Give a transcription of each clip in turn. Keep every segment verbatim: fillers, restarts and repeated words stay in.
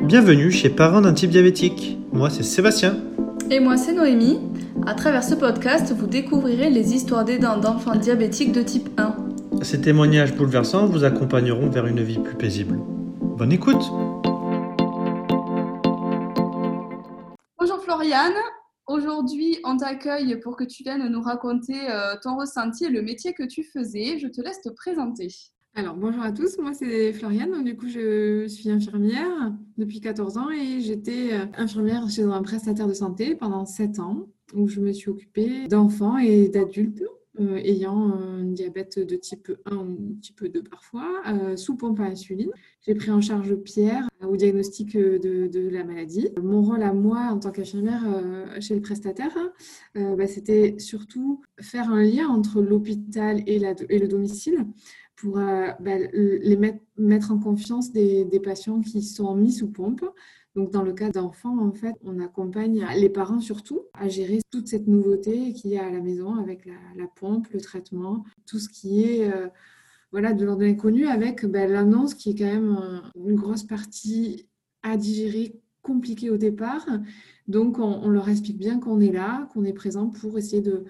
Bienvenue chez Parents d'un type diabétique. Moi, c'est Sébastien. Et moi, c'est Noémie. À travers ce podcast, vous découvrirez les histoires d'aidants d'enfants diabétiques de type un. Ces témoignages bouleversants vous accompagneront vers une vie plus paisible. Bonne écoute. Bonjour Floriane. Aujourd'hui, on t'accueille pour que tu viennes nous raconter euh, ton ressenti et le métier que tu faisais. Je te laisse te présenter. Alors, bonjour à tous, moi c'est Floriane, donc du coup je suis infirmière depuis quatorze ans et j'étais infirmière chez un prestataire de santé pendant sept ans où je me suis occupée d'enfants et d'adultes euh, ayant un diabète de type un ou type deux parfois, euh, sous pompe à insuline. J'ai pris en charge Pierre au diagnostic de, de la maladie. Mon rôle à moi en tant qu'infirmière euh, chez le prestataire, euh, bah, c'était surtout faire un lien entre l'hôpital et, la, et le domicile, pour euh, bah, les mettre, mettre en confiance des, des patients qui sont mis sous pompe. Donc, dans le cas d'enfants, en fait, on accompagne les parents surtout à gérer toute cette nouveauté qu'il y a à la maison avec la, la pompe, le traitement, tout ce qui est euh, voilà, de l'ordre inconnu avec bah, l'annonce qui est quand même euh, une grosse partie à digérer, compliquée au départ. Donc, on, on leur explique bien qu'on est là, qu'on est présent pour essayer de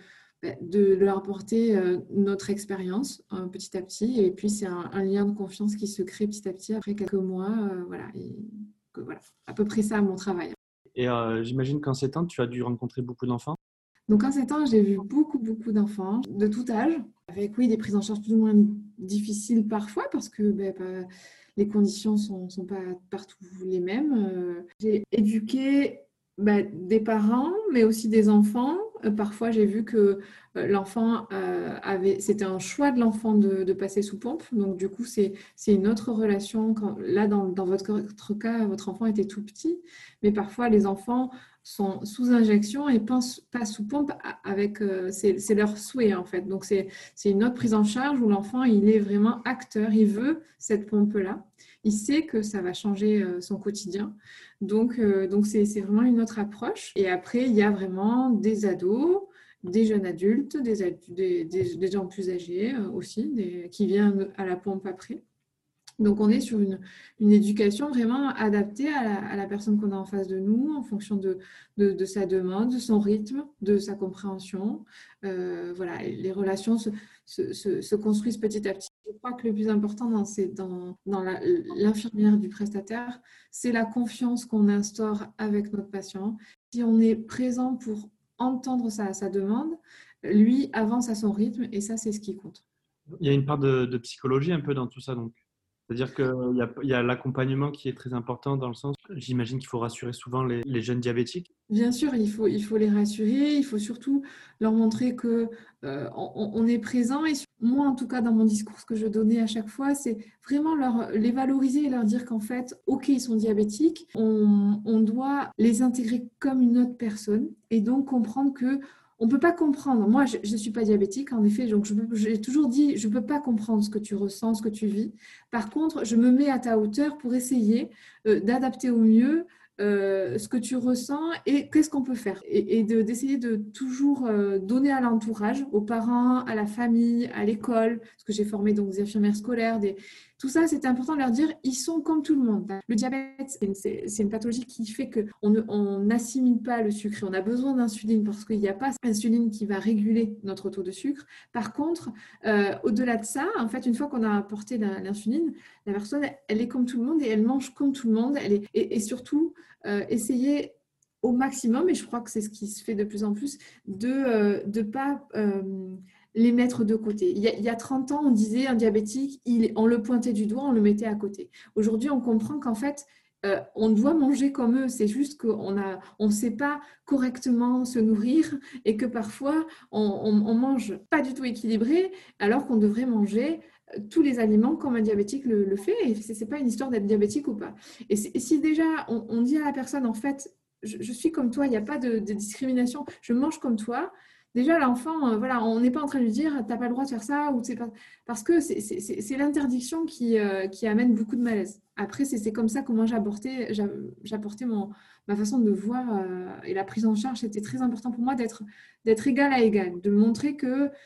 de leur apporter notre expérience euh, petit à petit. Et puis, c'est un, un lien de confiance qui se crée petit à petit après quelques mois. Euh, voilà, et que, voilà, à peu près ça à mon travail. Et euh, j'imagine qu'en sept ans, tu as dû rencontrer beaucoup d'enfants. Donc, en sept ans, j'ai vu beaucoup, beaucoup d'enfants de tout âge, avec, oui, des prises en charge plus ou moins difficiles parfois, parce que ben, bah, les conditions ne sont, sont pas partout les mêmes. Euh, j'ai éduqué bah, des parents, mais aussi des enfants. Euh, parfois, j'ai vu que euh, l'enfant euh, avait, c'était un choix de l'enfant de, de passer sous pompe. Donc, du coup, c'est, c'est une autre relation. Quand, là, dans, dans votre cas, votre enfant était tout petit, mais parfois, les enfants sont sous injection et passent sous pompe avec, euh, c'est, c'est leur souhait, en fait. Donc, c'est, c'est une autre prise en charge où l'enfant, il est vraiment acteur. Il veut cette pompe-là. Il sait que ça va changer euh, son quotidien. Donc, euh, donc c'est, c'est vraiment une autre approche. Et après, il y a vraiment des ados, des jeunes adultes, des, adultes, des, des, des gens plus âgés euh, aussi, des, qui viennent à la pompe après. Donc, on est sur une, une éducation vraiment adaptée à la, à la personne qu'on a en face de nous, en fonction de, de, de sa demande, de son rythme, de sa compréhension. Euh, voilà, les relations se, se, se, se construisent petit à petit. Je crois que le plus important dans, ces, dans, dans la, l'infirmière du prestataire, c'est la confiance qu'on instaure avec notre patient. Si on est présent pour entendre sa, sa demande, lui avance à son rythme et ça, c'est ce qui compte. Il y a une part de, de psychologie un peu dans tout ça, donc. C'est-à-dire qu'il y a, il y a l'accompagnement qui est très important dans le sens, j'imagine qu'il faut rassurer souvent les, les jeunes diabétiques. Bien sûr, il faut, il faut les rassurer, il faut surtout leur montrer qu'on euh, on est présent. Et moi, en tout cas, dans mon discours, ce que je donnais à chaque fois, c'est vraiment leur, les valoriser et leur dire qu'en fait, OK, ils sont diabétiques, on, on doit les intégrer comme une autre personne et donc comprendre que on ne peut pas comprendre. Moi, je ne suis pas diabétique, en effet, donc je, j'ai toujours dit, je ne peux pas comprendre ce que tu ressens, ce que tu vis. Par contre, je me mets à ta hauteur pour essayer euh, d'adapter au mieux euh, ce que tu ressens et qu'est-ce qu'on peut faire. Et, et de, d'essayer de toujours euh, donner à l'entourage, aux parents, à la famille, à l'école, parce que j'ai formé donc des infirmières scolaires, des... tout ça, c'est important de leur dire, ils sont comme tout le monde. Le diabète, c'est une, c'est, c'est une pathologie qui fait qu'on n'assimile pas le sucre et on a besoin d'insuline parce qu'il n'y a pas d'insuline qui va réguler notre taux de sucre. Par contre, euh, au-delà de ça, en fait, une fois qu'on a apporté l'insuline, la personne, elle est comme tout le monde et elle mange comme tout le monde. Elle est, et, et surtout, euh, essayer au maximum, et je crois que c'est ce qui se fait de plus en plus, de ne euh, pas euh, les mettre de côté. Il y, a, il y a trente ans, on disait un diabétique, il, on le pointait du doigt, on le mettait à côté. Aujourd'hui, on comprend qu'en fait, Euh, on doit manger comme eux, c'est juste qu'on a, on ne sait pas correctement se nourrir et que parfois on, on, on mange pas du tout équilibré alors qu'on devrait manger tous les aliments comme un diabétique le, le fait et ce n'est pas une histoire d'être diabétique ou pas. Et, et si déjà on, on dit à la personne en fait je, je suis comme toi, il n'y a pas de, de discrimination, je mange comme toi. Déjà, l'enfant, euh, voilà, on n'est pas en train de lui dire tu n'as pas le droit de faire ça, ou c'est pas... parce que c'est, c'est, c'est l'interdiction qui, euh, qui amène beaucoup de malaise. Après, c'est, c'est comme ça que moi j'apportais, j'apportais mon, ma façon de voir euh, et la prise en charge, c'était très important pour moi d'être, d'être égal à égal, de montrer que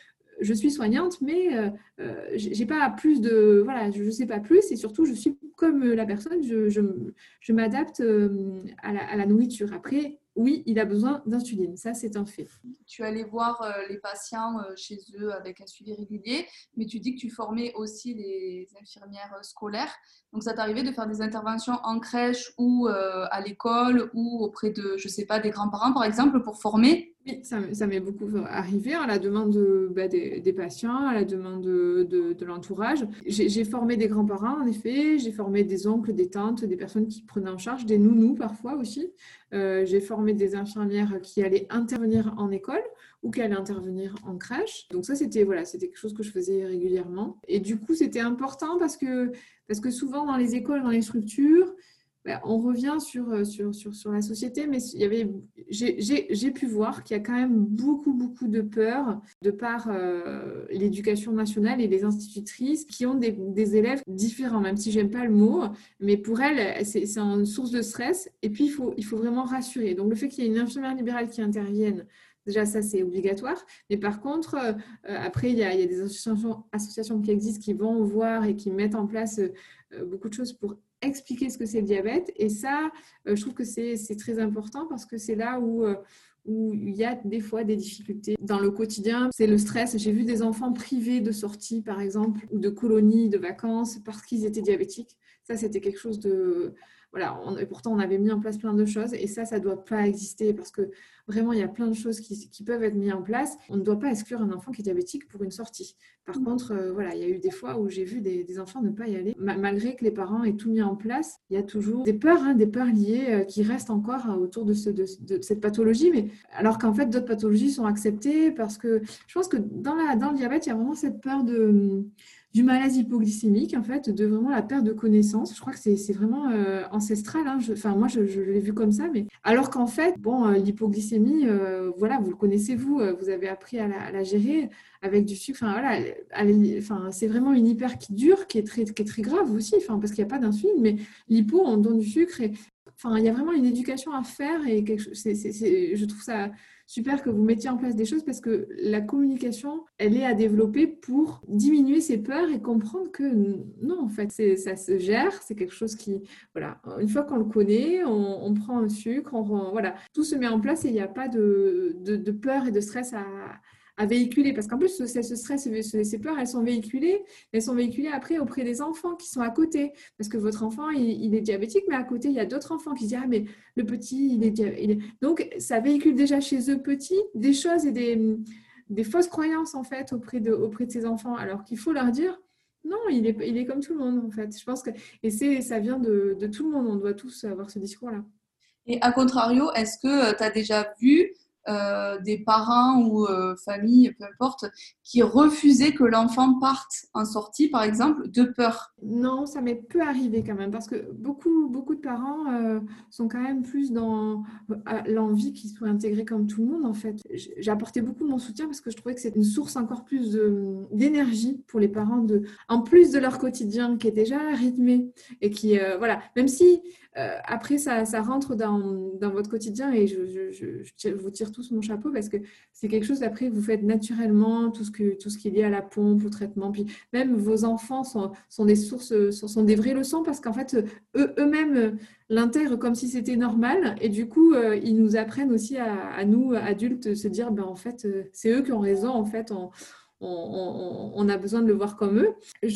je suis soignante, mais euh, euh, j'ai pas plus de, voilà, je ne sais pas plus et surtout, je suis comme la personne, je, je, je m'adapte euh, à, la, à la nourriture. Après, oui, il a besoin d'insuline, ça c'est un fait. Tu allais voir euh, les patients euh, chez eux avec un suivi régulier, mais tu dis que tu formais aussi les infirmières scolaires. Donc ça t'arrivait de faire des interventions en crèche ou euh, à l'école ou auprès de, je sais pas, des grands-parents par exemple pour former? Oui, ça, ça m'est beaucoup arrivé à la demande de, bah, des, des patients, à la demande de, de, de l'entourage. J'ai, j'ai formé des grands-parents, en effet, j'ai formé des oncles, des tantes, des personnes qui prenaient en charge, des nounous parfois aussi. Euh, j'ai formé des infirmières qui allaient intervenir en école ou qui allaient intervenir en crèche. Donc ça, c'était voilà, c'était quelque chose que je faisais régulièrement. Et du coup, c'était important parce que, parce que souvent dans les écoles, dans les structures, ben, on revient sur, sur, sur, sur la société, mais il y avait, j'ai, j'ai, j'ai pu voir qu'il y a quand même beaucoup, beaucoup de peur de par euh, l'éducation nationale et les institutrices qui ont des, des élèves différents, même si j'aime pas le mot, mais pour elles, c'est, c'est une source de stress. Et puis, il faut, il faut vraiment rassurer. Donc, le fait qu'il y ait une infirmière libérale qui intervienne, déjà, ça, c'est obligatoire. Mais par contre, euh, après, il y, a, il y a des associations, associations qui existent qui vont voir et qui mettent en place euh, beaucoup de choses pour expliquer ce que c'est le diabète. Et ça, euh, je trouve que c'est, c'est très important parce que c'est là où, euh, où il y a des fois des difficultés dans le quotidien. C'est le stress. J'ai vu des enfants privés de sorties, par exemple, ou de colonies de vacances parce qu'ils étaient diabétiques. Ça, c'était quelque chose de... Voilà, on, et pourtant, on avait mis en place plein de choses et ça, ça ne doit pas exister parce que vraiment, il y a plein de choses qui, qui peuvent être mises en place. On ne doit pas exclure un enfant qui est diabétique pour une sortie. Par contre, euh, voilà, il y a eu des fois où j'ai vu des, des enfants ne pas y aller. Ma, malgré que les parents aient tout mis en place, il y a toujours des peurs, hein, des peurs liées euh, qui restent encore euh, autour de, ce, de, de cette pathologie, mais alors qu'en fait, d'autres pathologies sont acceptées parce que je pense que dans, la, dans le diabète, il y a vraiment cette peur de... du malaise hypoglycémique, en fait, de vraiment la perte de connaissance. Je crois que c'est, c'est vraiment euh, ancestral. Hein. Je, enfin, moi, je, je l'ai vu comme ça. Mais alors qu'en fait, bon, euh, l'hypoglycémie, euh, voilà, vous le connaissez, vous, euh, vous avez appris à la, à la gérer avec du sucre. Enfin, voilà, à la, enfin, c'est vraiment une hyper qui dure, qui est très, qui est très grave aussi, enfin, parce qu'il n'y a pas d'insuline. Mais l'hypo, on donne du sucre. Et, enfin, il y a vraiment une éducation à faire. Et quelque, c'est, c'est, c'est, je trouve ça... super que vous mettiez en place des choses parce que la communication, elle est à développer pour diminuer ses peurs et comprendre que non, en fait, c'est, ça se gère, c'est quelque chose qui, voilà, une fois qu'on le connaît, on, on prend un sucre, on, voilà, tout se met en place et il n'y a pas de, de, de peur et de stress à, à véhiculer. Parce qu'en plus, ce, ce stress et ces peurs, elles sont véhiculées, elles sont véhiculées après auprès des enfants qui sont à côté. Parce que votre enfant, il, il est diabétique, mais à côté, il y a d'autres enfants qui se disent « Ah, mais le petit, il est, il est... » Donc, ça véhicule déjà chez eux petits des choses et des, des fausses croyances, en fait, auprès de, auprès de ces enfants. Alors qu'il faut leur dire « Non, il est, il est comme tout le monde, en fait. » Je pense que... Et c'est, ça vient de, de tout le monde. On doit tous avoir ce discours-là. Et à contrario, est-ce que tu as déjà vu euh, des parents ou euh, familles, peu importe, qui refusaient que l'enfant parte en sortie, par exemple, de peur? Non, ça m'est peu arrivé quand même, parce que beaucoup, beaucoup de parents euh, sont quand même plus dans euh, l'envie qu'il soit intégré comme tout le monde, en fait. J'ai apporté beaucoup de mon soutien parce que je trouvais que c'est une source encore plus de, d'énergie pour les parents, de, en plus de leur quotidien qui est déjà rythmé et qui, euh, voilà, même si euh, après ça, ça rentre dans, dans votre quotidien et je, je, je, je, tire, je vous tire tous mon chapeau parce que c'est quelque chose après que vous faites naturellement, tout ce, que, tout ce qui est lié à la pompe, au traitement, puis même vos enfants sont, sont des sources, sont des vraies leçons parce qu'en fait, eux, eux-mêmes l'intègrent comme si c'était normal et du coup, euh, ils nous apprennent aussi à, à nous, adultes, se dire, ben, en fait, euh, c'est eux qui ont raison, en fait, on, on, on, on a besoin de le voir comme eux.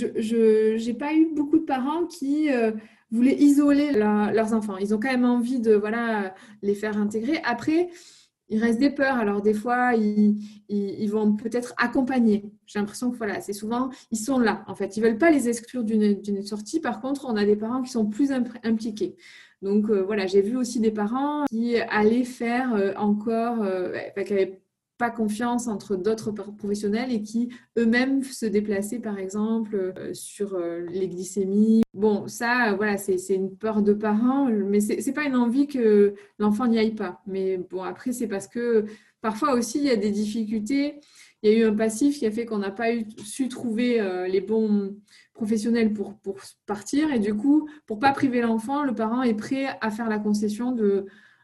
Je n'ai pas eu beaucoup de parents qui... Euh, voulaient isoler la, leurs enfants. Ils ont quand même envie de voilà, les faire intégrer. Après, il reste des peurs. Alors, des fois, ils, ils, ils vont peut-être accompagner. J'ai l'impression que voilà, c'est souvent, ils sont là, en fait. Ils ne veulent pas les exclure d'une, d'une sortie. Par contre, on a des parents qui sont plus impliqués. Donc, euh, voilà, j'ai vu aussi des parents qui allaient faire euh, encore, euh, bah, qui avaient pas confiance entre d'autres professionnels et qui eux-mêmes se déplaçaient, par exemple, euh, sur euh, les glycémies. Bon, ça, euh, voilà, c'est, c'est une peur de parents, mais c'est, c'est pas une envie que l'enfant n'y aille pas. Mais bon, après, c'est parce que parfois aussi, il y a des difficultés. Il y a eu un passif qui a fait qu'on n'a pas eu, su trouver euh, les bons professionnels pour, pour partir. Et du coup, pour pas priver l'enfant, le parent est prêt à faire la concession de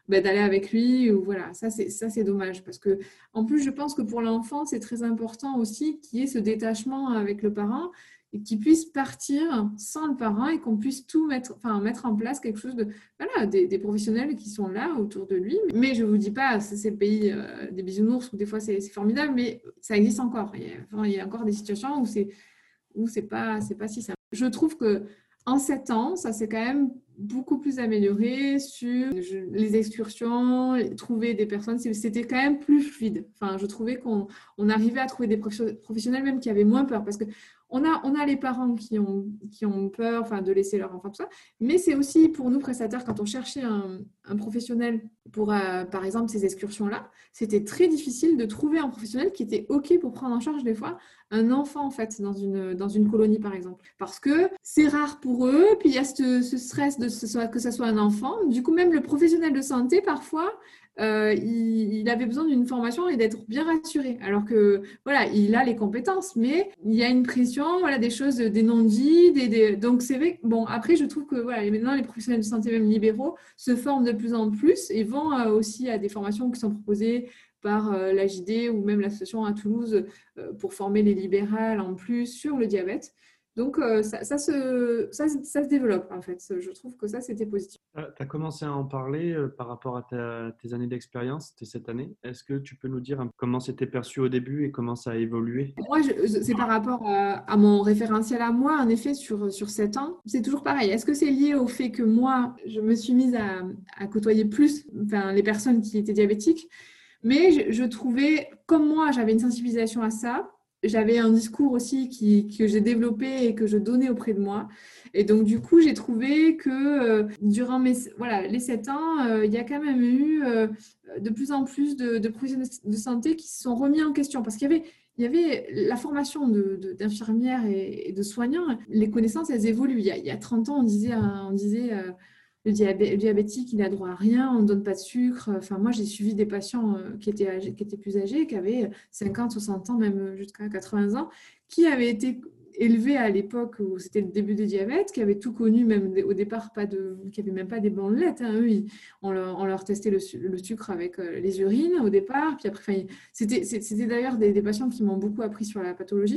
ben, d'aller avec lui. Ou voilà, ça c'est, ça, c'est dommage. Parce que, en plus, je pense que pour l'enfant, c'est très important aussi qu'il y ait ce détachement avec le parent et qu'il puisse partir sans le parent et qu'on puisse tout mettre, enfin, mettre en place quelque chose de, voilà, des, des professionnels qui sont là autour de lui. Mais je ne vous dis pas, c'est, c'est le pays euh, des bisounours où des fois c'est, c'est formidable, mais ça existe encore. Il y a, enfin, il y a encore des situations où c'est, où c'est pas, c'est pas si simple. Je trouve que en sept ans, ça s'est quand même beaucoup plus amélioré sur les excursions, trouver des personnes, c'était quand même plus fluide. Enfin, je trouvais qu'on on arrivait à trouver des professionnels même qui avaient moins peur parce que on a, on a les parents qui ont, qui ont peur enfin, de laisser leur enfant, tout ça, mais c'est aussi pour nous prestataires, quand on cherchait un, un professionnel pour, euh, par exemple, ces excursions-là, c'était très difficile de trouver un professionnel qui était OK pour prendre en charge des fois un enfant en fait dans une, dans une colonie par exemple. Parce que c'est rare pour eux, puis il y a ce, ce stress de ce soit, que ce soit un enfant. Du coup, même le professionnel de santé, parfois, euh, il, il avait besoin d'une formation et d'être bien rassuré. Alors que, voilà, il a les compétences, mais il y a une pression, voilà, des choses, des non-dits. Des, des... Donc, c'est vrai. Bon, après, je trouve que voilà, maintenant, les professionnels de santé, même libéraux, se forment de plus en plus et vont euh, aussi à des formations qui sont proposées par euh, l'A J D ou même l'association à Toulouse euh, pour former les libérales en plus sur le diabète. Donc, euh, ça, ça, se, ça, ça se développe, en fait. Je trouve que ça, c'était positif. Tu as commencé à en parler euh, par rapport à ta, tes années d'expérience, c'était cette année. Est-ce que tu peux nous dire un peu comment c'était perçu au début et comment ça a évolué? Moi, je, c'est par rapport à, à mon référentiel à moi, en effet, sur, sur sept ans. C'est toujours pareil. Est-ce que c'est lié au fait que moi, je me suis mise à, à côtoyer plus enfin, les personnes qui étaient diabétiques? Mais je, je trouvais, comme moi, j'avais une sensibilisation à ça. J'avais un discours aussi qui, que j'ai développé et que je donnais auprès de moi. Et donc, du coup, j'ai trouvé que euh, durant mes, voilà, les sept ans, euh, il y a quand même eu euh, de plus en plus de, de professionnels de santé qui se sont remis en question. Parce qu'il y avait, il y avait la formation de, de, d'infirmières et, et de soignants. Les connaissances, elles évoluent. Il y a, il y a trente ans, on disait... On disait euh, le, diabé- le diabétique, il n'a droit à rien, on ne donne pas de sucre. Enfin, moi, j'ai suivi des patients euh, qui étaient, âgés, qui étaient plus âgés, qui avaient cinquante, soixante ans, même jusqu'à quatre-vingts ans, qui avaient été élevés à l'époque où c'était le début du diabète, qui avaient tout connu, même au départ, pas de, qui n'avaient même pas des bandelettes. Hein. Eux, ils, on, leur, on leur testait le, le sucre avec euh, les urines au départ. Puis après, enfin, c'était, c'était d'ailleurs des, des patients qui m'ont beaucoup appris sur la pathologie.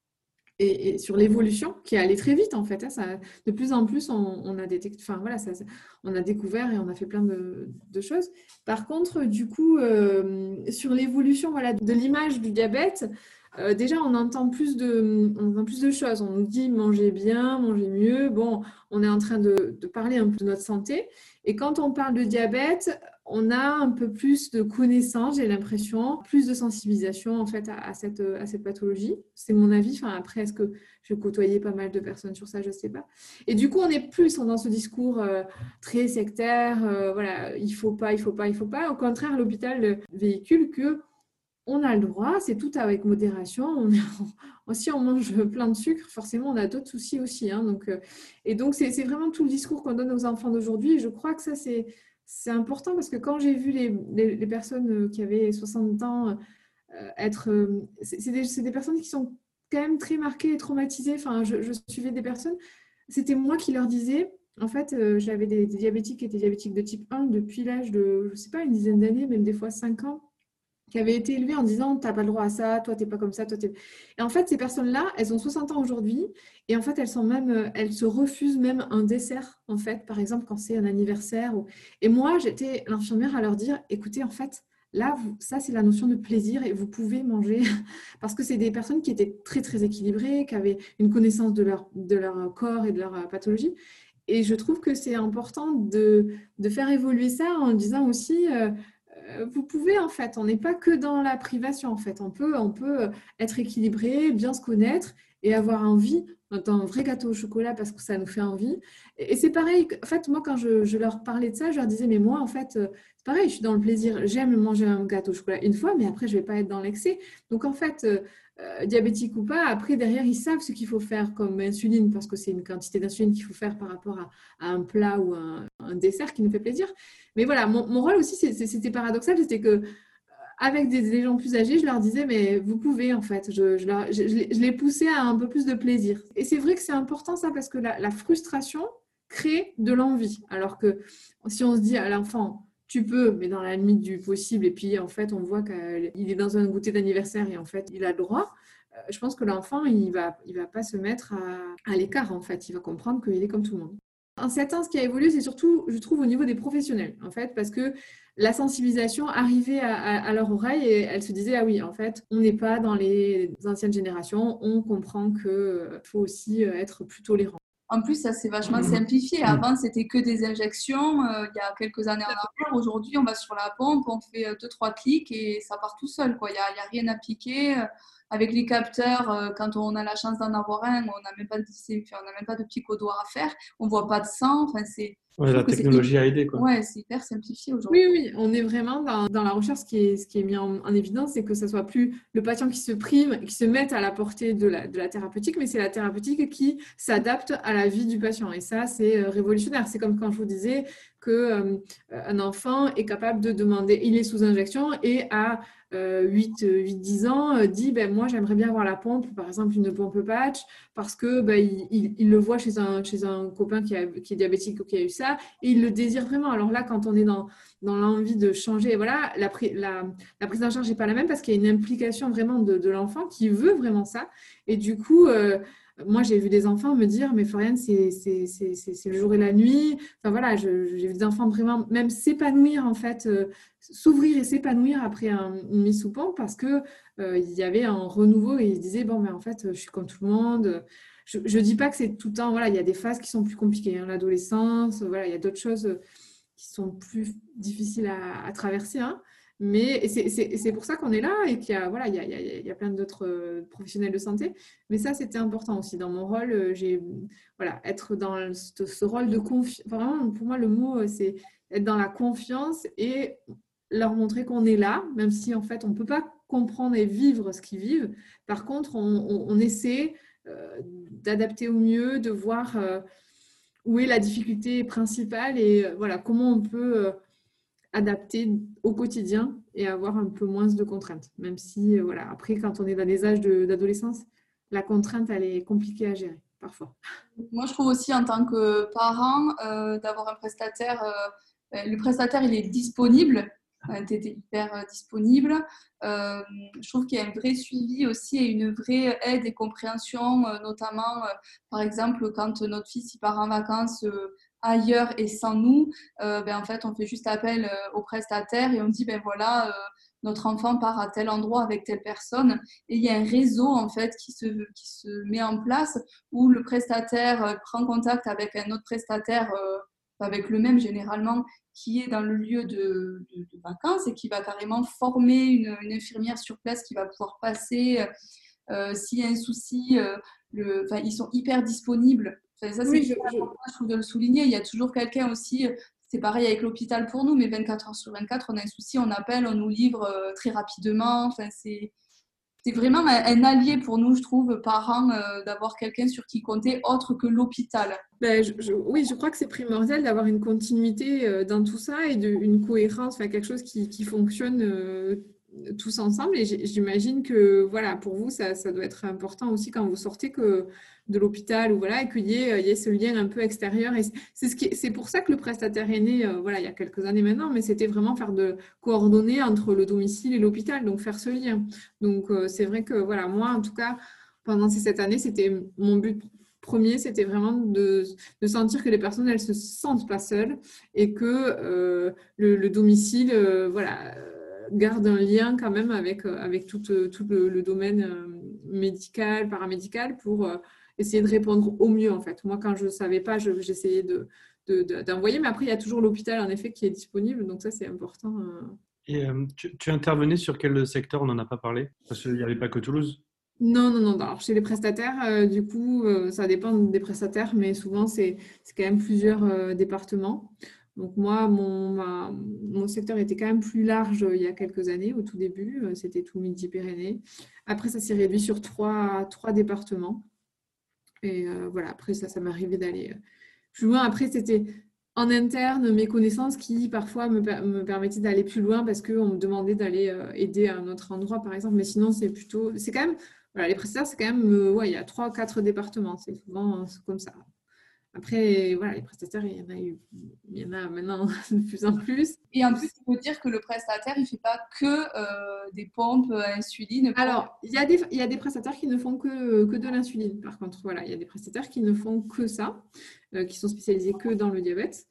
Et, et sur l'évolution qui allait très vite en fait. Hein, ça, de plus en plus, on, on a détecté, enfin voilà, ça, on a découvert et on a fait plein de, de choses. Par contre, du coup, euh, sur l'évolution voilà, de l'image du diabète, euh, déjà on entend plus de, on entend plus de choses. On nous dit manger bien, manger mieux. Bon, on est en train de, de parler un peu de notre santé. Et quand on parle de diabète, on a un peu plus de connaissances, j'ai l'impression, plus de sensibilisation en fait à, à, cette, à cette pathologie. C'est mon avis. Enfin, après, est-ce que je côtoyais pas mal de personnes sur ça? Je ne sais pas. Et du coup, on est plus dans ce discours euh, très sectaire. Euh, voilà, il ne faut pas, il ne faut pas, il ne faut pas. Au contraire, l'hôpital véhicule que on a le droit, c'est tout avec modération. On est, si on mange plein de sucre, forcément, on a d'autres soucis aussi. Hein, donc, euh, et donc, c'est, c'est vraiment tout le discours qu'on donne aux enfants d'aujourd'hui. Et je crois que ça, c'est, c'est important parce que quand j'ai vu les, les, les personnes qui avaient soixante ans euh, être... Euh, c'est, c'est, des, c'est des personnes qui sont quand même très marquées et traumatisées. Enfin, je, je suivais des personnes. C'était moi qui leur disais... En fait, euh, j'avais des, des diabétiques qui étaient diabétiques de type un depuis l'âge de, je ne sais pas, une dizaine d'années, même des fois cinq ans, qui avaient été élevées en disant tu n'as pas le droit à ça, toi tu n'es pas comme ça, toi t'es... Et en fait, ces personnes-là, elles ont soixante ans aujourd'hui et en fait, elles sont même, elles se refusent même un dessert, en fait, par exemple, quand c'est un anniversaire. Ou... Et moi, j'étais l'infirmière à leur dire écoutez, en fait, là, vous, ça, c'est la notion de plaisir et vous pouvez manger parce que c'est des personnes qui étaient très, très équilibrées, qui avaient une connaissance de leur, de leur corps et de leur pathologie. Et je trouve que c'est important de, de faire évoluer ça en disant aussi... Euh, vous pouvez en fait, on n'est pas que dans la privation en fait, on peut, on peut être équilibré, bien se connaître et avoir envie d'un vrai gâteau au chocolat parce que ça nous fait envie. Et c'est pareil, en fait, moi quand je, je leur parlais de ça, je leur disais mais moi en fait, c'est pareil, je suis dans le plaisir, j'aime manger un gâteau au chocolat une fois, mais après je ne vais pas être dans l'excès. Donc en fait, euh, diabétique ou pas, après derrière ils savent ce qu'il faut faire comme insuline parce que c'est une quantité d'insuline qu'il faut faire par rapport à, à un plat ou un, un dessert qui nous fait plaisir. Mais voilà, mon, mon rôle aussi, c'est, c'était paradoxal, c'était que avec des, des gens plus âgés, je leur disais, mais vous pouvez en fait, je, je, leur, je, je, les, je les poussais à un peu plus de plaisir. Et c'est vrai que c'est important ça, parce que la, la frustration crée de l'envie. Alors que si on se dit à l'enfant, tu peux, mais dans la limite du possible. Et puis, en fait, on voit qu'il est dans un goûter d'anniversaire et en fait, il a le droit. Euh, je pense que l'enfant, il ne va, il va pas se mettre à, à l'écart, en fait. Il va comprendre qu'il est comme tout le monde. En sept ans, ce qui a évolué, c'est surtout, je trouve, au niveau des professionnels, en fait, parce que la sensibilisation arrivait à, à, à leur oreille et elles se disaient, ah oui, en fait, on n'est pas dans les anciennes générations, on comprend qu'il euh, faut aussi être plus tolérant. En plus, ça s'est vachement simplifié. Avant, c'était que des injections. Euh, il y a quelques années en arrière. Aujourd'hui, on va sur la pompe, on fait deux, trois clics et ça part tout seul, quoi. Il n'y a, il y a rien à piquer. Avec les capteurs, euh, quand on a la chance d'en avoir un, on n'a même pas de, on n'a même pas de pic au doigt à faire. On ne voit pas de sang. Enfin, c'est, ouais, la technologie a aidé, quoi. Ouais, c'est hyper simplifié aujourd'hui. Oui, oui, on est vraiment dans, dans la recherche. Ce qui est, ce qui est mis en, en évidence, c'est que ce ne soit plus le patient qui se prime, qui se mette à la portée de la, de la thérapeutique, mais c'est la thérapeutique qui s'adapte à la vie du patient. Et ça, c'est révolutionnaire. C'est comme quand je vous disais qu'un euh, enfant est capable de demander, il est sous injection et à euh, huit dix ans, euh, dit ben, moi j'aimerais bien avoir la pompe, par exemple une pompe patch, parce que ben, il, il, il le voit chez un, chez un copain qui, a, qui est diabétique ou qui a eu ça, et il le désire vraiment. Alors là, quand on est dans, dans l'envie de changer, voilà, la, la, la prise en charge n'est pas la même parce qu'il y a une implication vraiment de, de l'enfant qui veut vraiment ça. Et du coup, euh, moi, j'ai vu des enfants me dire, mais Floriane, c'est, c'est, c'est, c'est le jour et la nuit. Enfin voilà, je, j'ai vu des enfants vraiment même s'épanouir, en fait, euh, s'ouvrir et s'épanouir après un, une mise sous pompe parce qu'il euh, y avait un renouveau et ils se disaient, bon, mais en fait, je suis comme tout le monde. Je ne dis pas que c'est tout le temps, voilà, il y a des phases qui sont plus compliquées, hein, l'adolescence, voilà, il y a d'autres choses qui sont plus difficiles à, à traverser, hein. Mais c'est, c'est, c'est pour ça qu'on est là et qu'il y a, voilà, il y a, il y a, il y a plein d'autres professionnels de santé. Mais ça, c'était important aussi. Dans mon rôle, j'ai, voilà, être dans ce, ce rôle de confiance. Vraiment, pour moi, le mot, c'est être dans la confiance et leur montrer qu'on est là, même si, en fait, on ne peut pas comprendre et vivre ce qu'ils vivent. Par contre, on, on, on essaie euh, d'adapter au mieux, de voir euh, où est la difficulté principale et euh, voilà, comment on peut... Euh, adapter au quotidien et avoir un peu moins de contraintes. Même si, euh, voilà, après, quand on est dans les âges de, d'adolescence, la contrainte, elle est compliquée à gérer, parfois. Moi, je trouve aussi, en tant que parent, euh, d'avoir un prestataire, euh, le prestataire, il est disponible, euh, tu étais hyper euh, disponible. Euh, je trouve qu'il y a un vrai suivi aussi et une vraie aide et compréhension, euh, notamment, euh, par exemple, quand notre fils il part en vacances, euh, ailleurs et sans nous, euh, ben, en fait, on fait juste appel euh, au prestataire et on dit, ben voilà, euh, notre enfant part à tel endroit avec telle personne. Et il y a un réseau, en fait, qui se, qui se met en place où le prestataire euh, prend contact avec un autre prestataire, euh, avec le même généralement, qui est dans le lieu de, de, de vacances et qui va carrément former une, une infirmière sur place qui va pouvoir passer euh, s'il y a un souci. Euh, le, ils sont hyper disponibles. Enfin, ça, c'est oui, je, je... je trouve de le souligner. Il y a toujours quelqu'un aussi, c'est pareil avec l'hôpital pour nous, mais vingt-quatre heures sur vingt-quatre, on a un souci, on appelle, on nous livre euh, très rapidement. Enfin, c'est, c'est vraiment un, un allié pour nous, je trouve, parents, euh, d'avoir quelqu'un sur qui compter autre que l'hôpital. Ben, je, je, oui, je crois que c'est primordial d'avoir une continuité euh, dans tout ça et de, une cohérence, enfin, quelque chose qui, qui fonctionne euh, tous ensemble. Et j'imagine que voilà, pour vous, ça, ça doit être important aussi quand vous sortez que, de l'hôpital ou voilà, et qu'il y ait, il y ait ce lien un peu extérieur. Et c'est, ce qui, c'est pour ça que le prestataire est né euh, voilà, il y a quelques années maintenant, mais c'était vraiment faire de coordonner entre le domicile et l'hôpital, donc faire ce lien. Donc euh, c'est vrai que voilà, moi en tout cas, pendant ces sept années, c'était mon but premier, c'était vraiment de, de sentir que les personnes, elles se sentent pas seules et que euh, le, le domicile, euh, voilà, garde un lien quand même avec, avec tout, tout le, le domaine médical, paramédical pour euh, essayer de répondre au mieux en fait. Moi, quand je ne savais pas, je, j'essayais de, de, de, d'envoyer, mais après, il y a toujours l'hôpital en effet qui est disponible, donc ça, c'est important. Et euh, tu, tu intervenais sur quel secteur? On n'en a pas parlé, parce qu'il n'y avait pas que Toulouse. Non, non, non. Alors, chez les prestataires, euh, du coup, euh, ça dépend des prestataires, mais souvent, c'est, c'est quand même plusieurs euh, départements. Donc, moi, mon, ma, mon secteur était quand même plus large euh, il y a quelques années. Au tout début, euh, c'était tout Midi-Pyrénées. Après, ça s'est réduit sur trois, trois départements. Et euh, voilà, après, ça, ça m'arrivait d'aller plus loin. Après, c'était en interne mes connaissances qui, parfois, me, me permettaient d'aller plus loin parce qu'on me demandait d'aller euh, aider à un autre endroit, par exemple. Mais sinon, c'est plutôt... C'est quand même... Voilà, les prestataires, c'est quand même... Euh, ouais, il y a trois ou quatre départements. C'est souvent euh, comme ça. Après, voilà, les prestataires, il y en a eu, il y en a maintenant de plus en plus. Et en plus, il faut dire que le prestataire, il ne fait pas que euh, des pompes à insuline. Alors, il y a des, il y a des prestataires qui ne font que, que de l'insuline. Par contre, voilà, il y a des prestataires qui ne font que ça, euh, qui sont spécialisés que dans le diabète.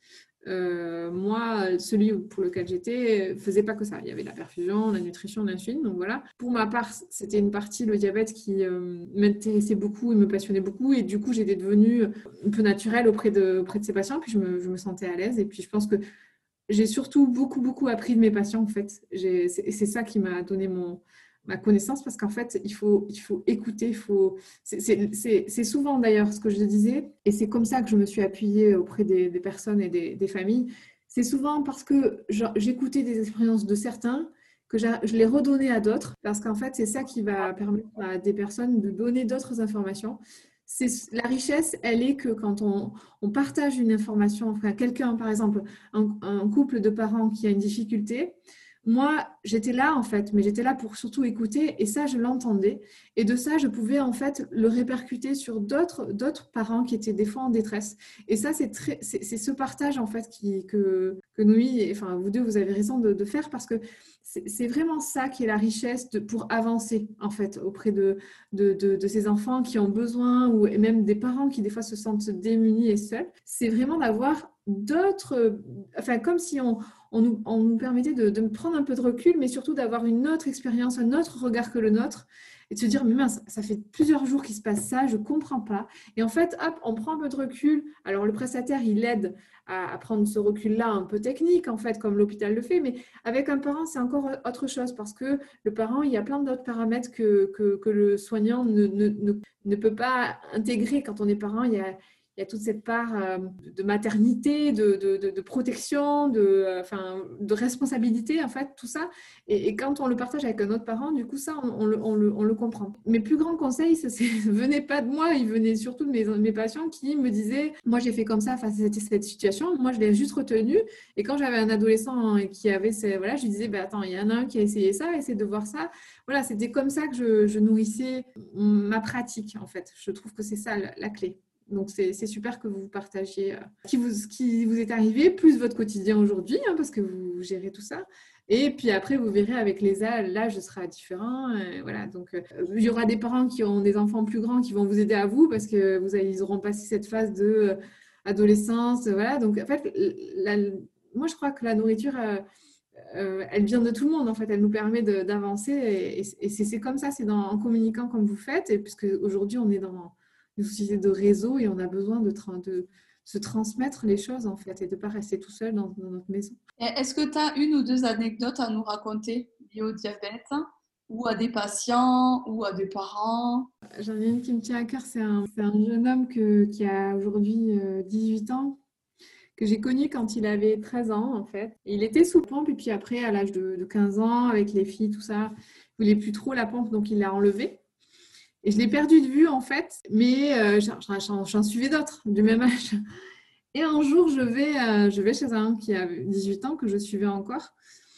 Euh, moi, celui pour lequel j'étais faisait pas que ça. Il y avait la perfusion, la nutrition, l'insuline. Donc voilà. Pour ma part, c'était une partie, le diabète, qui euh, m'intéressait beaucoup et me passionnait beaucoup. Et du coup, j'étais devenue un peu naturelle auprès de, auprès de ces patients. Puis je me, je me sentais à l'aise. Et puis je pense que j'ai surtout beaucoup, beaucoup appris de mes patients, en fait. J'ai, c'est, c'est ça qui m'a donné mon, ma connaissance, parce qu'en fait, il faut, il faut écouter. Il faut... C'est, c'est, c'est, c'est souvent, d'ailleurs, ce que je disais, et c'est comme ça que je me suis appuyée auprès des, des personnes et des, des familles. C'est souvent parce que genre, j'écoutais des expériences de certains, que je les redonnais à d'autres, parce qu'en fait, c'est ça qui va permettre à des personnes de donner d'autres informations. C'est, la richesse, elle est que quand on, on partage une information, enfin quelqu'un, par exemple, un, un couple de parents qui a une difficulté, moi, j'étais là en fait, mais j'étais là pour surtout écouter, et ça, je l'entendais. Et de ça, je pouvais en fait le répercuter sur d'autres, d'autres parents qui étaient des fois en détresse. Et ça, c'est, très, c'est, c'est ce partage en fait qui, que, que nous, enfin vous deux, vous avez raison de, de faire, parce que c'est, c'est vraiment ça qui est la richesse de, pour avancer en fait auprès de, de, de, de ces enfants qui ont besoin, ou et même des parents qui des fois se sentent démunis et seuls. C'est vraiment d'avoir d'autres, enfin comme si on On nous, on nous permettait de, de prendre un peu de recul, mais surtout d'avoir une autre expérience, un autre regard que le nôtre, et de se dire, mais mince, ça fait plusieurs jours qu'il se passe ça, je ne comprends pas. Et en fait, hop, on prend un peu de recul. Alors, le prestataire, il aide à, à prendre ce recul-là un peu technique, en fait, comme l'hôpital le fait, mais avec un parent, c'est encore autre chose, parce que le parent, il y a plein d'autres paramètres que, que, que le soignant ne, ne, ne, ne peut pas intégrer. Quand on est parent, il y a il y a toute cette part euh, de maternité, de, de, de, de protection, de, euh, enfin, de responsabilité, en fait, tout ça. Et, et quand on le partage avec un autre parent, du coup, ça, on, on, le, on, le, on le comprend. Mes plus grands conseils, ça ne venait pas de moi, ils venaient surtout de mes, mes patients qui me disaient, moi, j'ai fait comme ça face à cette, cette situation, moi, je l'ai juste retenu. Et quand j'avais un adolescent qui avait, ces, voilà, je lui disais, bah, attends, il y en a un qui a essayé ça, essaie de voir ça. Voilà, c'était comme ça que je, je nourrissais ma pratique, en fait. Je trouve que c'est ça la, la clé. Donc, c'est, c'est super que vous partagiez euh, ce qui vous, ce qui vous est arrivé, plus votre quotidien aujourd'hui, hein, parce que vous gérez tout ça. Et puis après, vous verrez avec les âges, l'âge sera différent. Euh, voilà, donc, euh, il y aura des parents qui ont des enfants plus grands qui vont vous aider à vous, parce que vous avez, ils auront passé cette phase de euh, adolescence. Voilà, donc en fait, la, moi, je crois que la nourriture, euh, euh, elle vient de tout le monde. En fait, elle nous permet de, d'avancer. Et, et, et c'est, c'est comme ça, c'est dans, en communiquant comme vous faites. Et puisque aujourd'hui, on est dans une société de réseau et on a besoin de, tra- de se transmettre les choses en fait et de ne pas rester tout seul dans, dans notre maison. Est-ce que tu as une ou deux anecdotes à nous raconter liées au diabète, ou à des patients ou à des parents? J'en ai une qui me tient à cœur, c'est un, c'est un jeune homme que, qui a aujourd'hui euh, dix-huit ans, que j'ai connu quand il avait treize ans en fait. Et il était sous pompe, et puis après à l'âge de, de quinze ans, avec les filles, tout ça, il voulait plus trop la pompe, donc il l'a enlevée. Et je l'ai perdu de vue, en fait, mais euh, j'en, j'en suivais d'autres du même âge. Et un jour, je vais, euh, je vais chez un qui a dix-huit ans, que je suivais encore.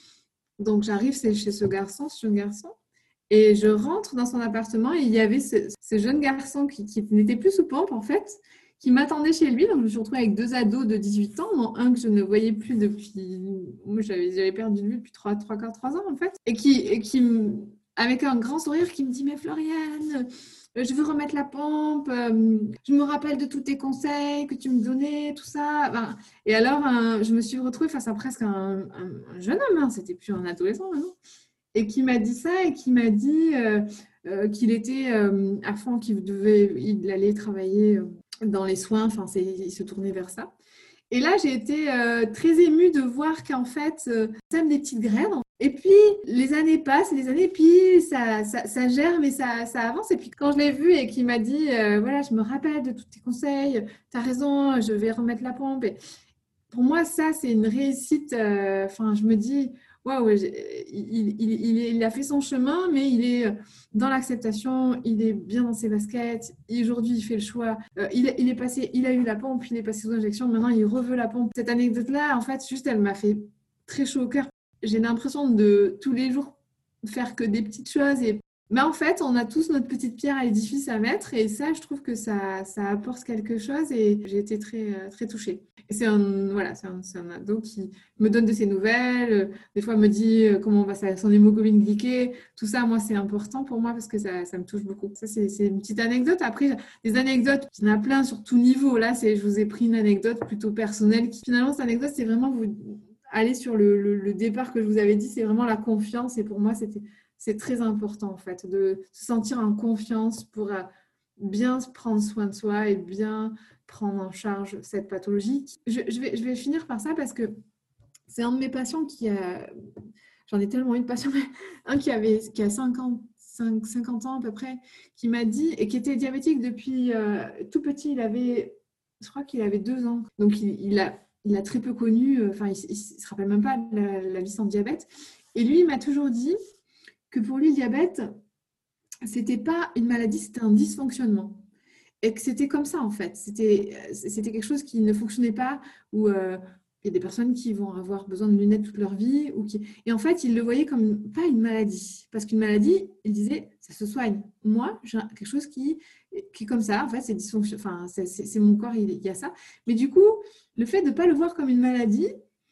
Donc, j'arrive chez ce garçon, ce jeune garçon, et je rentre dans son appartement, et il y avait ce, ce jeune garçon qui, qui n'était plus sous pompe, en fait, qui m'attendait chez lui. Donc, je me suis retrouvée avec deux ados de dix-huit ans, dont un que je ne voyais plus depuis... Moi, j'avais, j'avais perdu de vue depuis trois, trois, trois ans, en fait, et qui... Et qui avec un grand sourire qui me dit « Mais Floriane, je veux remettre la pompe, je me rappelle de tous tes conseils que tu me donnais, tout ça. » Enfin, et alors, je me suis retrouvée face à presque un, un jeune homme, hein, c'était plus un adolescent maintenant, et qui m'a dit ça, et qui m'a dit euh, euh, qu'il était euh, à fond, qu'il devait, il allait travailler dans les soins, enfin, c'est, il se tournait vers ça. Et là, j'ai été euh, très émue de voir qu'en fait, euh, ça sème des petites graines. Et puis, les années passent, les années, puis ça, ça, ça germe et ça, ça avance. Et puis, quand je l'ai vu et qu'il m'a dit, euh, voilà, je me rappelle de tous tes conseils, tu as raison, je vais remettre la pompe. Et pour moi, ça, c'est une réussite. Enfin, euh, je me dis, waouh, il, il, il, il a fait son chemin, mais il est dans l'acceptation, il est bien dans ses baskets. Aujourd'hui, il fait le choix. Euh, il, il est passé, il a eu la pompe, il est passé sous injection. Maintenant, il reveut la pompe. Cette anecdote-là, en fait, juste, elle m'a fait très chaud au cœur. J'ai l'impression de tous les jours faire que des petites choses et Mais en fait, on a tous notre petite pierre à l'édifice à mettre et ça, je trouve que ça, ça apporte quelque chose et j'ai été très, très touchée. Et c'est un, voilà, c'est un, c'est un ado qui me donne de ses nouvelles, des fois me dit comment va son hémoglobine glyquée, tout ça, moi, c'est important pour moi parce que ça, ça me touche beaucoup. Ça, c'est, c'est une petite anecdote. Après, des anecdotes, il y en a plein sur tout niveau. Là, c'est, je vous ai pris une anecdote plutôt personnelle. Qui, finalement, cette anecdote, c'est vraiment vous aller sur le, le, le départ que je vous avais dit, c'est vraiment la confiance et pour moi, c'était... C'est très important en fait de se sentir en confiance pour bien prendre soin de soi et bien prendre en charge cette pathologie. Je, je, vais, je vais finir par ça parce que c'est un de mes patients qui a, j'en ai tellement eu de patients, mais un qui, avait, qui a cinquante, cinquante ans à peu près, qui m'a dit, et qui était diabétique depuis euh, tout petit, il avait, je crois qu'il avait deux ans, donc il, il, a, il a très peu connu, enfin il ne se rappelle même pas de la, la vie sans diabète, et lui il m'a toujours dit que pour lui, le diabète, c'était pas une maladie, c'était un dysfonctionnement. Et que c'était comme ça, en fait. C'était, c'était quelque chose qui ne fonctionnait pas, où euh, il y a des personnes qui vont avoir besoin de lunettes toute leur vie. Ou qui... Et en fait, il le voyait comme pas une maladie. Parce qu'une maladie, il disait, ça se soigne. Moi, j'ai quelque chose qui, qui est comme ça. En fait, c'est dysfonction... enfin, c'est, c'est, c'est mon corps, il, il y a ça. Mais du coup, le fait de ne pas le voir comme une maladie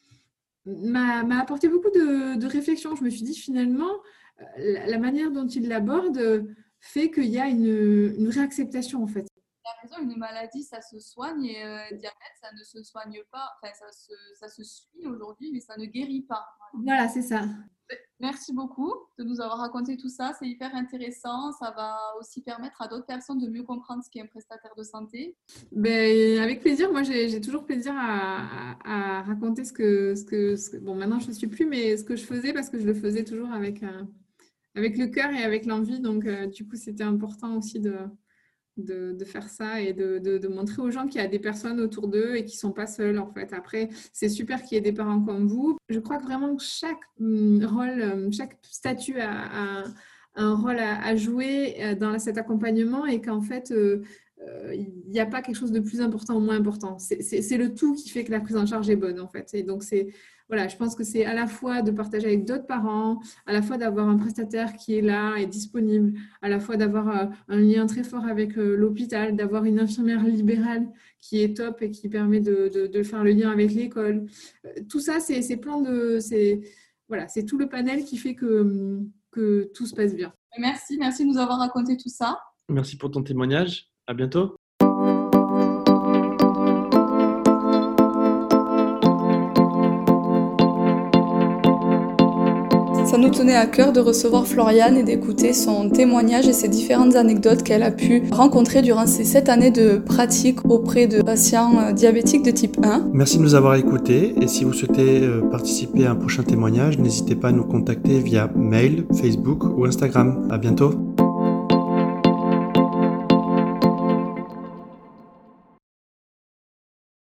m'a, m'a apporté beaucoup de, de réflexion. Je me suis dit, finalement, la manière dont il l'aborde fait qu'il y a une, une vraie acceptation en fait. Tu as raison, une maladie ça se soigne et euh, le diabète ça ne se soigne pas, enfin ça se, ça se suit aujourd'hui mais ça ne guérit pas. Voilà, c'est ça. Merci beaucoup de nous avoir raconté tout ça, c'est hyper intéressant, ça va aussi permettre à d'autres personnes de mieux comprendre ce qu'est un prestataire de santé. Ben, avec plaisir, moi j'ai, j'ai toujours plaisir à, à, à raconter ce que, ce, que, ce que... Bon, maintenant je ne suis plus, mais ce que je faisais parce que je le faisais toujours avec... Un... avec le cœur et avec l'envie. Donc, euh, du coup, c'était important aussi de, de, de faire ça et de, de, de montrer aux gens qu'il y a des personnes autour d'eux et qu'ils ne sont pas seuls, en fait. Après, c'est super qu'il y ait des parents comme vous. Je crois que vraiment que chaque hum, rôle, chaque statut a, a un rôle à, à jouer dans cet accompagnement et qu'en fait, euh, euh, il n'y a pas quelque chose de plus important ou moins important. C'est, c'est, c'est le tout qui fait que la prise en charge est bonne, en fait. Et donc, c'est... Voilà, je pense que c'est à la fois de partager avec d'autres parents, à la fois d'avoir un prestataire qui est là et disponible, à la fois d'avoir un lien très fort avec l'hôpital, d'avoir une infirmière libérale qui est top et qui permet de, de, de faire le lien avec l'école. Tout ça, c'est, c'est plein de... C'est, voilà, c'est tout le panel qui fait que, que tout se passe bien. Merci, merci de nous avoir raconté tout ça. Merci pour ton témoignage. À bientôt. Ça nous tenait à cœur de recevoir Floriane et d'écouter son témoignage et ses différentes anecdotes qu'elle a pu rencontrer durant ces sept années de pratique auprès de patients diabétiques de type un. Merci de nous avoir écoutés et si vous souhaitez participer à un prochain témoignage, n'hésitez pas à nous contacter via mail, Facebook ou Instagram. À bientôt.